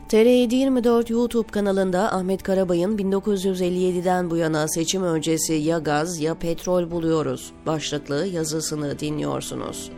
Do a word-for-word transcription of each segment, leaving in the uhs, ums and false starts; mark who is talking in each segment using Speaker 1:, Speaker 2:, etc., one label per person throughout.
Speaker 1: T R yedi yirmi dört YouTube kanalında Ahmet Karabay'ın bin dokuz yüz elli yediden bu yana seçim öncesi ya gaz ya petrol buluyoruz başlıklı yazısını dinliyorsunuz.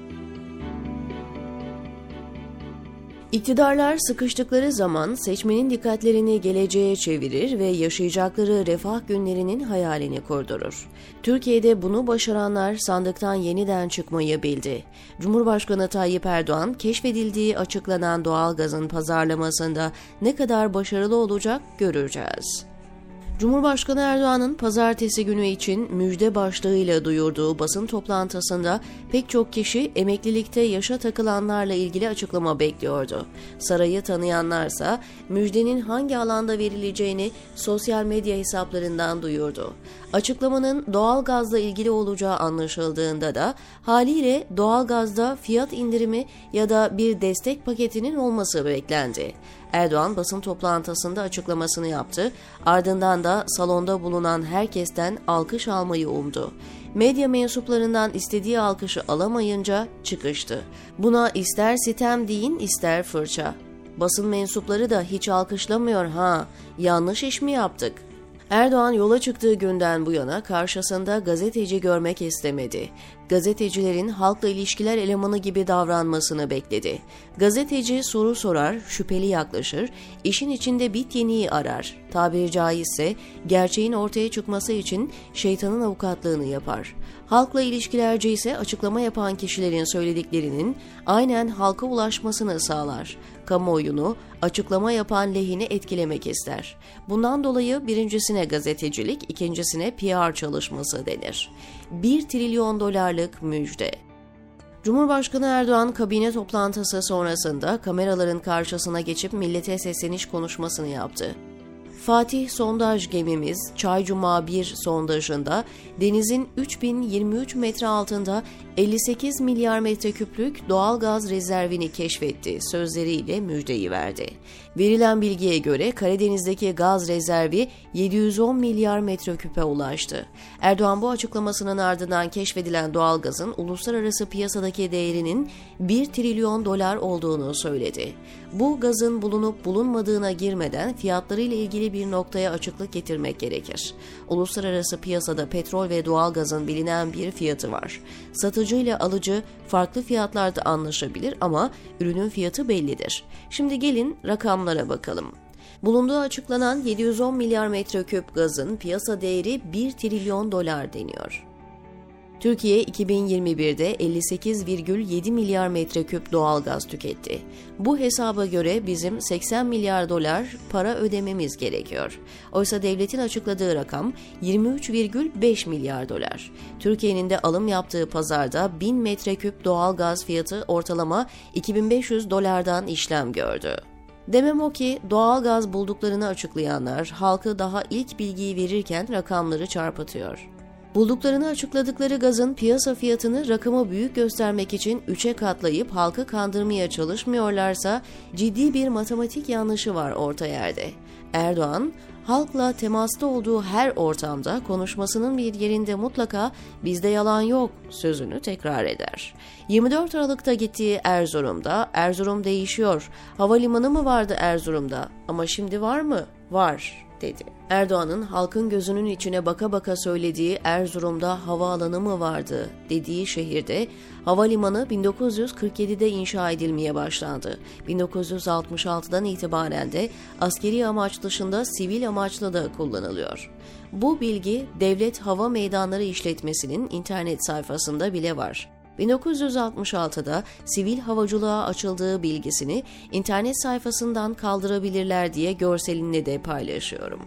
Speaker 1: İktidarlar sıkıştıkları zaman seçmenin dikkatlerini geleceğe çevirir ve yaşayacakları refah günlerinin hayalini kurdurur. Türkiye'de bunu başaranlar sandıktan yeniden çıkmayı bildi. Cumhurbaşkanı Tayyip Erdoğan, keşfedildiği açıklanan doğalgazın pazarlamasında ne kadar başarılı olacak göreceğiz. Cumhurbaşkanı Erdoğan'ın pazartesi günü için müjde başlığıyla duyurduğu basın toplantısında pek çok kişi emeklilikte yaşa takılanlarla ilgili açıklama bekliyordu. Sarayı tanıyanlarsa müjdenin hangi alanda verileceğini sosyal medya hesaplarından duyurdu. Açıklamanın doğalgazla ilgili olacağı anlaşıldığında da haliyle doğalgazda fiyat indirimi ya da bir destek paketinin olması beklendi. Erdoğan basın toplantısında açıklamasını yaptı, ardından da salonda bulunan herkesten alkış almayı umdu. Medya mensuplarından istediği alkışı alamayınca çıkıştı. Buna ister sitem deyin ister fırça. Basın mensupları da hiç alkışlamıyor ha, yanlış iş mi yaptık? Erdoğan yola çıktığı günden bu yana karşısında gazeteci görmek istemedi. Gazetecilerin halkla ilişkiler elemanı gibi davranmasını bekledi. Gazeteci soru sorar, şüpheli yaklaşır, işin içinde bit yeniği arar. Tabiri caizse gerçeğin ortaya çıkması için şeytanın avukatlığını yapar. Halkla ilişkilerci ise açıklama yapan kişilerin söylediklerinin aynen halka ulaşmasını sağlar. Kamuoyunu açıklama yapan lehine etkilemek ister. Bundan dolayı birincisine gazetecilik, ikincisine P R çalışması denir. Bir trilyon dolarlık müjde. Cumhurbaşkanı Erdoğan kabine toplantısı sonrasında kameraların karşısına geçip millete sesleniş konuşmasını yaptı. Fatih sondaj gemimiz Çaycuma bir sondajında denizin üç bin yirmi üç metre altında elli sekiz milyar metreküplük doğal gaz rezervini keşfetti sözleriyle müjdeyi verdi. Verilen bilgiye göre Karadeniz'deki gaz rezervi yedi yüz on milyar metreküpe ulaştı. Erdoğan bu açıklamasının ardından keşfedilen doğalgazın uluslararası piyasadaki değerinin bir trilyon dolar olduğunu söyledi. Bu gazın bulunup bulunmadığına girmeden fiyatlarıyla ilgili bir noktaya açıklık getirmek gerekir. Uluslararası piyasada petrol ve doğalgazın bilinen bir fiyatı var. Satıcı ile alıcı farklı fiyatlarda anlaşabilir ama ürünün fiyatı bellidir. Şimdi gelin rakamlara bakalım. Bulunduğu açıklanan yedi yüz on milyar metreküp gazın piyasa değeri bir trilyon dolar deniyor. Türkiye iki bin yirmi birde elli sekiz virgül yedi milyar metreküp doğalgaz tüketti. Bu hesaba göre bizim seksen milyar dolar para ödememiz gerekiyor. Oysa devletin açıkladığı rakam yirmi üç virgül beş milyar dolar. Türkiye'nin de alım yaptığı pazarda bin metreküp doğalgaz fiyatı ortalama iki bin beş yüz dolardan işlem gördü. Demem o ki doğalgaz bulduklarını açıklayanlar halkı daha ilk bilgiyi verirken rakamları çarpıtıyor. Bulduklarını açıkladıkları gazın piyasa fiyatını rakamı büyük göstermek için üçe katlayıp halkı kandırmaya çalışmıyorlarsa ciddi bir matematik yanlışı var orta yerde. Erdoğan, halkla temasta olduğu her ortamda konuşmasının bir yerinde mutlaka "bizde yalan yok" sözünü tekrar eder. yirmi dört Aralık'ta gittiği Erzurum'da "Erzurum değişiyor, havalimanı mı vardı Erzurum'da ama şimdi var mı? Var" dedi. Erdoğan'ın halkın gözünün içine baka baka söylediği "Erzurum'da havaalanı mı vardı" dediği şehirde havalimanı bin dokuz yüz kırk yedide inşa edilmeye başlandı. bin dokuz yüz altmış altıdan itibaren de askeri amaç dışında sivil amaçla da kullanılıyor. Bu bilgi Devlet Hava Meydanları İşletmesi'nin internet sayfasında bile var. bin dokuz yüz altmış altıda sivil havacılığa açıldığı bilgisini internet sayfasından kaldırabilirler diye görselini de paylaşıyorum.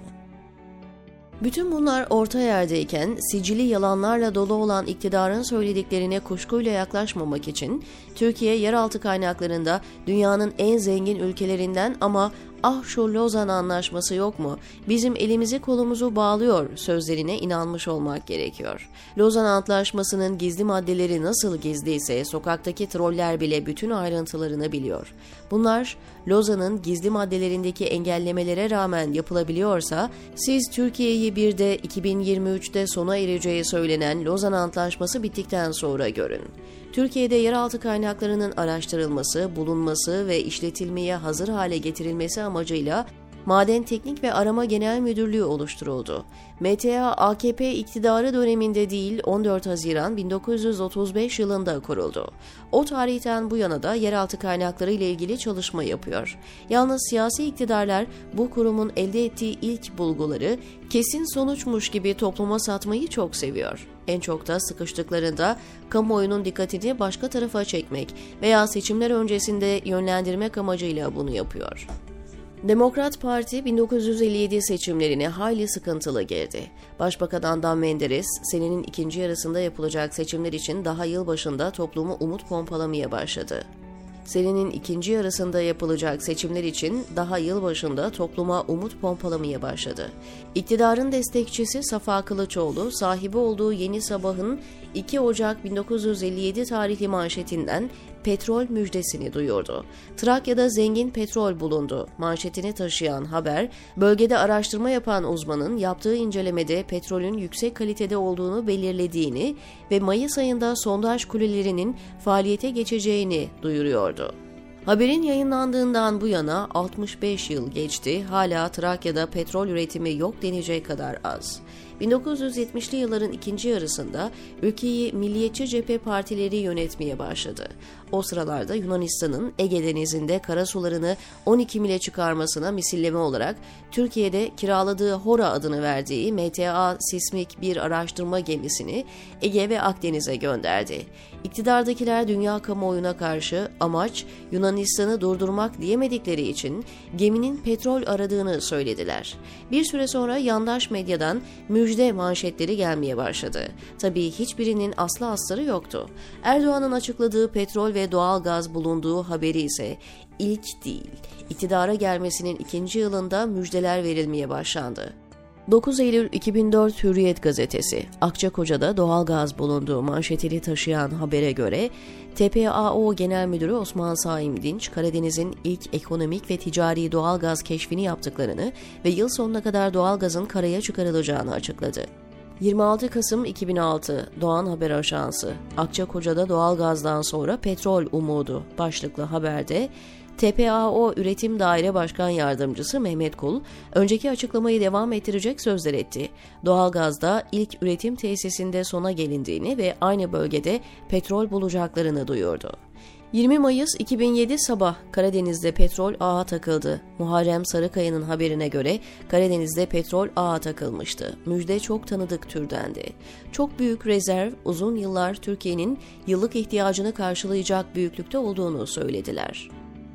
Speaker 1: Bütün bunlar orta yerdeyken sicili yalanlarla dolu olan iktidarın söylediklerine kuşkuyla yaklaşmamak için Türkiye yeraltı kaynaklarında dünyanın en zengin ülkelerinden ama "ah şu Lozan Anlaşması yok mu? Bizim elimizi kolumuzu bağlıyor" sözlerine inanmış olmak gerekiyor. Lozan Antlaşması'nın gizli maddeleri nasıl gizliyse sokaktaki troller bile bütün ayrıntılarını biliyor. Bunlar Lozan'ın gizli maddelerindeki engellemelere rağmen yapılabiliyorsa siz Türkiye'yi bir de iki bin yirmi üçte sona ereceği söylenen Lozan Antlaşması bittikten sonra görün. Türkiye'de yeraltı kaynaklarının araştırılması, bulunması ve işletilmeye hazır hale getirilmesi amacıyla Maden Teknik ve Arama Genel Müdürlüğü oluşturuldu. M T A, A K P iktidarı döneminde değil, on dört Haziran bin dokuz yüz otuz beş yılında kuruldu. O tarihten bu yana da yeraltı kaynakları ile ilgili çalışma yapıyor. Yalnız siyasi iktidarlar bu kurumun elde ettiği ilk bulguları kesin sonuçmuş gibi topluma satmayı çok seviyor. En çok da sıkıştıklarında kamuoyunun dikkatini başka tarafa çekmek veya seçimler öncesinde yönlendirmek amacıyla bunu yapıyor. Demokrat Parti bin dokuz yüz elli yedi seçimlerine hayli sıkıntılı girdi. Başbakan Adnan Menderes, senenin ikinci yarısında yapılacak seçimler için daha yılbaşında toplumu umut pompalamaya başladı. Senenin ikinci yarısında yapılacak seçimler için daha yılbaşında topluma umut pompalamaya başladı. İktidarın destekçisi Safa Kılıçoğlu, sahibi olduğu Yeni Sabah'ın iki Ocak bin dokuz yüz elli yedi tarihli manşetinden petrol müjdesini duyurdu. Trakya'da zengin petrol bulundu. Manşetini taşıyan haber, bölgede araştırma yapan uzmanın yaptığı incelemede petrolün yüksek kalitede olduğunu belirlediğini ve Mayıs ayında sondaj kulelerinin faaliyete geçeceğini duyuruyordu. Haberin yayınlandığından bu yana altmış beş yıl geçti, hala Trakya'da petrol üretimi yok denecek kadar az. bin dokuz yüz yetmişli yılların ikinci yarısında ülkeyi milliyetçi cephe partileri yönetmeye başladı. O sıralarda Yunanistan'ın Ege Denizi'nde karasularını on iki mile çıkarmasına misilleme olarak Türkiye'de kiraladığı Hora adını verdiği M T A sismik bir araştırma gemisini Ege ve Akdeniz'e gönderdi. İktidardakiler dünya kamuoyuna karşı amaç Yunanistan'ı durdurmak diyemedikleri için geminin petrol aradığını söylediler. Bir süre sonra yandaş medyadan müjde manşetleri gelmeye başladı. Tabii hiçbirinin aslı astarı yoktu. Erdoğan'ın açıkladığı petrol ve doğal gaz bulunduğu haberi ise ilk değil. İktidara gelmesinin ikinci yılında müjdeler verilmeye başlandı. dokuz Eylül iki bin dört Hürriyet gazetesi, Akçakoca'da doğal gaz bulunduğu manşetini taşıyan habere göre, T P A O Genel Müdürü Osman Saim Dinç, Karadeniz'in ilk ekonomik ve ticari doğal gaz keşfini yaptıklarını ve yıl sonuna kadar doğal gazın karaya çıkarılacağını açıkladı. yirmi altı Kasım iki bin altı Doğan Haber Ajansı, Akçakoca'da doğal gazdan sonra petrol umudu başlıklı haberde, T P A O Üretim Daire Başkan Yardımcısı Mehmet Kul, önceki açıklamayı devam ettirecek sözler etti. Doğalgazda ilk üretim tesisinde sona gelindiğini ve aynı bölgede petrol bulacaklarını duyurdu. yirmi Mayıs iki bin yedi sabah Karadeniz'de petrol ağa takıldı. Muharrem Sarıkaya'nın haberine göre Karadeniz'de petrol ağa takılmıştı. Müjde çok tanıdık türdendi. Çok büyük rezerv, uzun yıllar Türkiye'nin yıllık ihtiyacını karşılayacak büyüklükte olduğunu söylediler.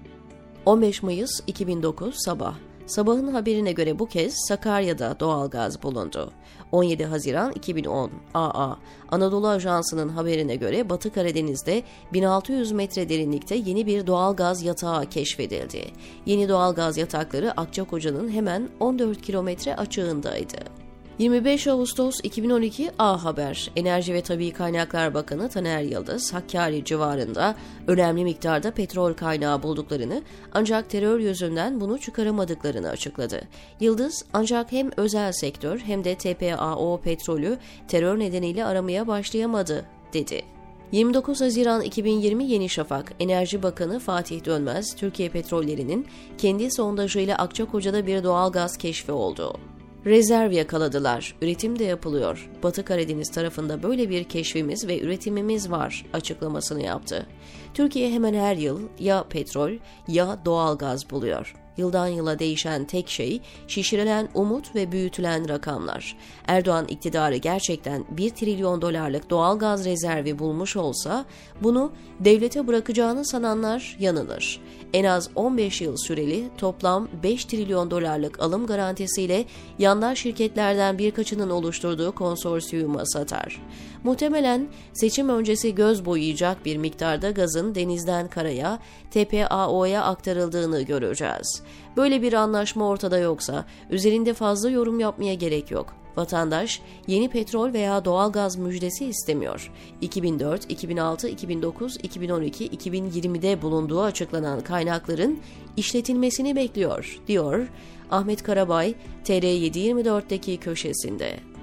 Speaker 1: on beş Mayıs iki bin dokuz sabah. Sabahın haberine göre bu kez Sakarya'da doğalgaz bulundu. on yedi Haziran iki bin on A A Anadolu Ajansı'nın haberine göre Batı Karadeniz'de bin altı yüz metre derinlikte yeni bir doğalgaz yatağı keşfedildi. Yeni doğalgaz yatakları Akçakoca'nın hemen on dört kilometre açığındaydı. yirmi beş Ağustos iki bin on iki A Haber, Enerji ve Tabii Kaynaklar Bakanı Taner Yıldız, Hakkari civarında önemli miktarda petrol kaynağı bulduklarını ancak terör yüzünden bunu çıkaramadıklarını açıkladı. Yıldız, ancak hem özel sektör hem de T P A O petrolü terör nedeniyle aramaya başlayamadı, dedi. yirmi dokuz Haziran iki bin yirmi Yeni Şafak, Enerji Bakanı Fatih Dönmez, Türkiye Petrolleri'nin kendi sondajıyla Akçakoca'da bir doğalgaz keşfi oldu. Rezerv yakaladılar, üretim de yapılıyor. Batı Karadeniz tarafında böyle bir keşfimiz ve üretimimiz var açıklamasını yaptı. Türkiye hemen her yıl ya petrol ya doğal gaz buluyor. Yıldan yıla değişen tek şey şişirilen umut ve büyütülen rakamlar. Erdoğan iktidarı gerçekten bir trilyon dolarlık doğal gaz rezervi bulmuş olsa bunu devlete bırakacağını sananlar yanılır. En az on beş yıl süreli toplam beş trilyon dolarlık alım garantisiyle yandaş şirketlerden birkaçının oluşturduğu konsorsiyuma satar. Muhtemelen seçim öncesi göz boyayacak bir miktarda gazın denizden karaya, T P A O'ya aktarıldığını göreceğiz. Böyle bir anlaşma ortada yoksa üzerinde fazla yorum yapmaya gerek yok. Vatandaş yeni petrol veya doğalgaz müjdesi istemiyor. iki bin dört, iki bin altı, iki bin dokuz, iki bin on iki, iki bin yirmide bulunduğu açıklanan kaynakların işletilmesini bekliyor, diyor Ahmet Karabay T R yedi yirmi dörtteki köşesinde.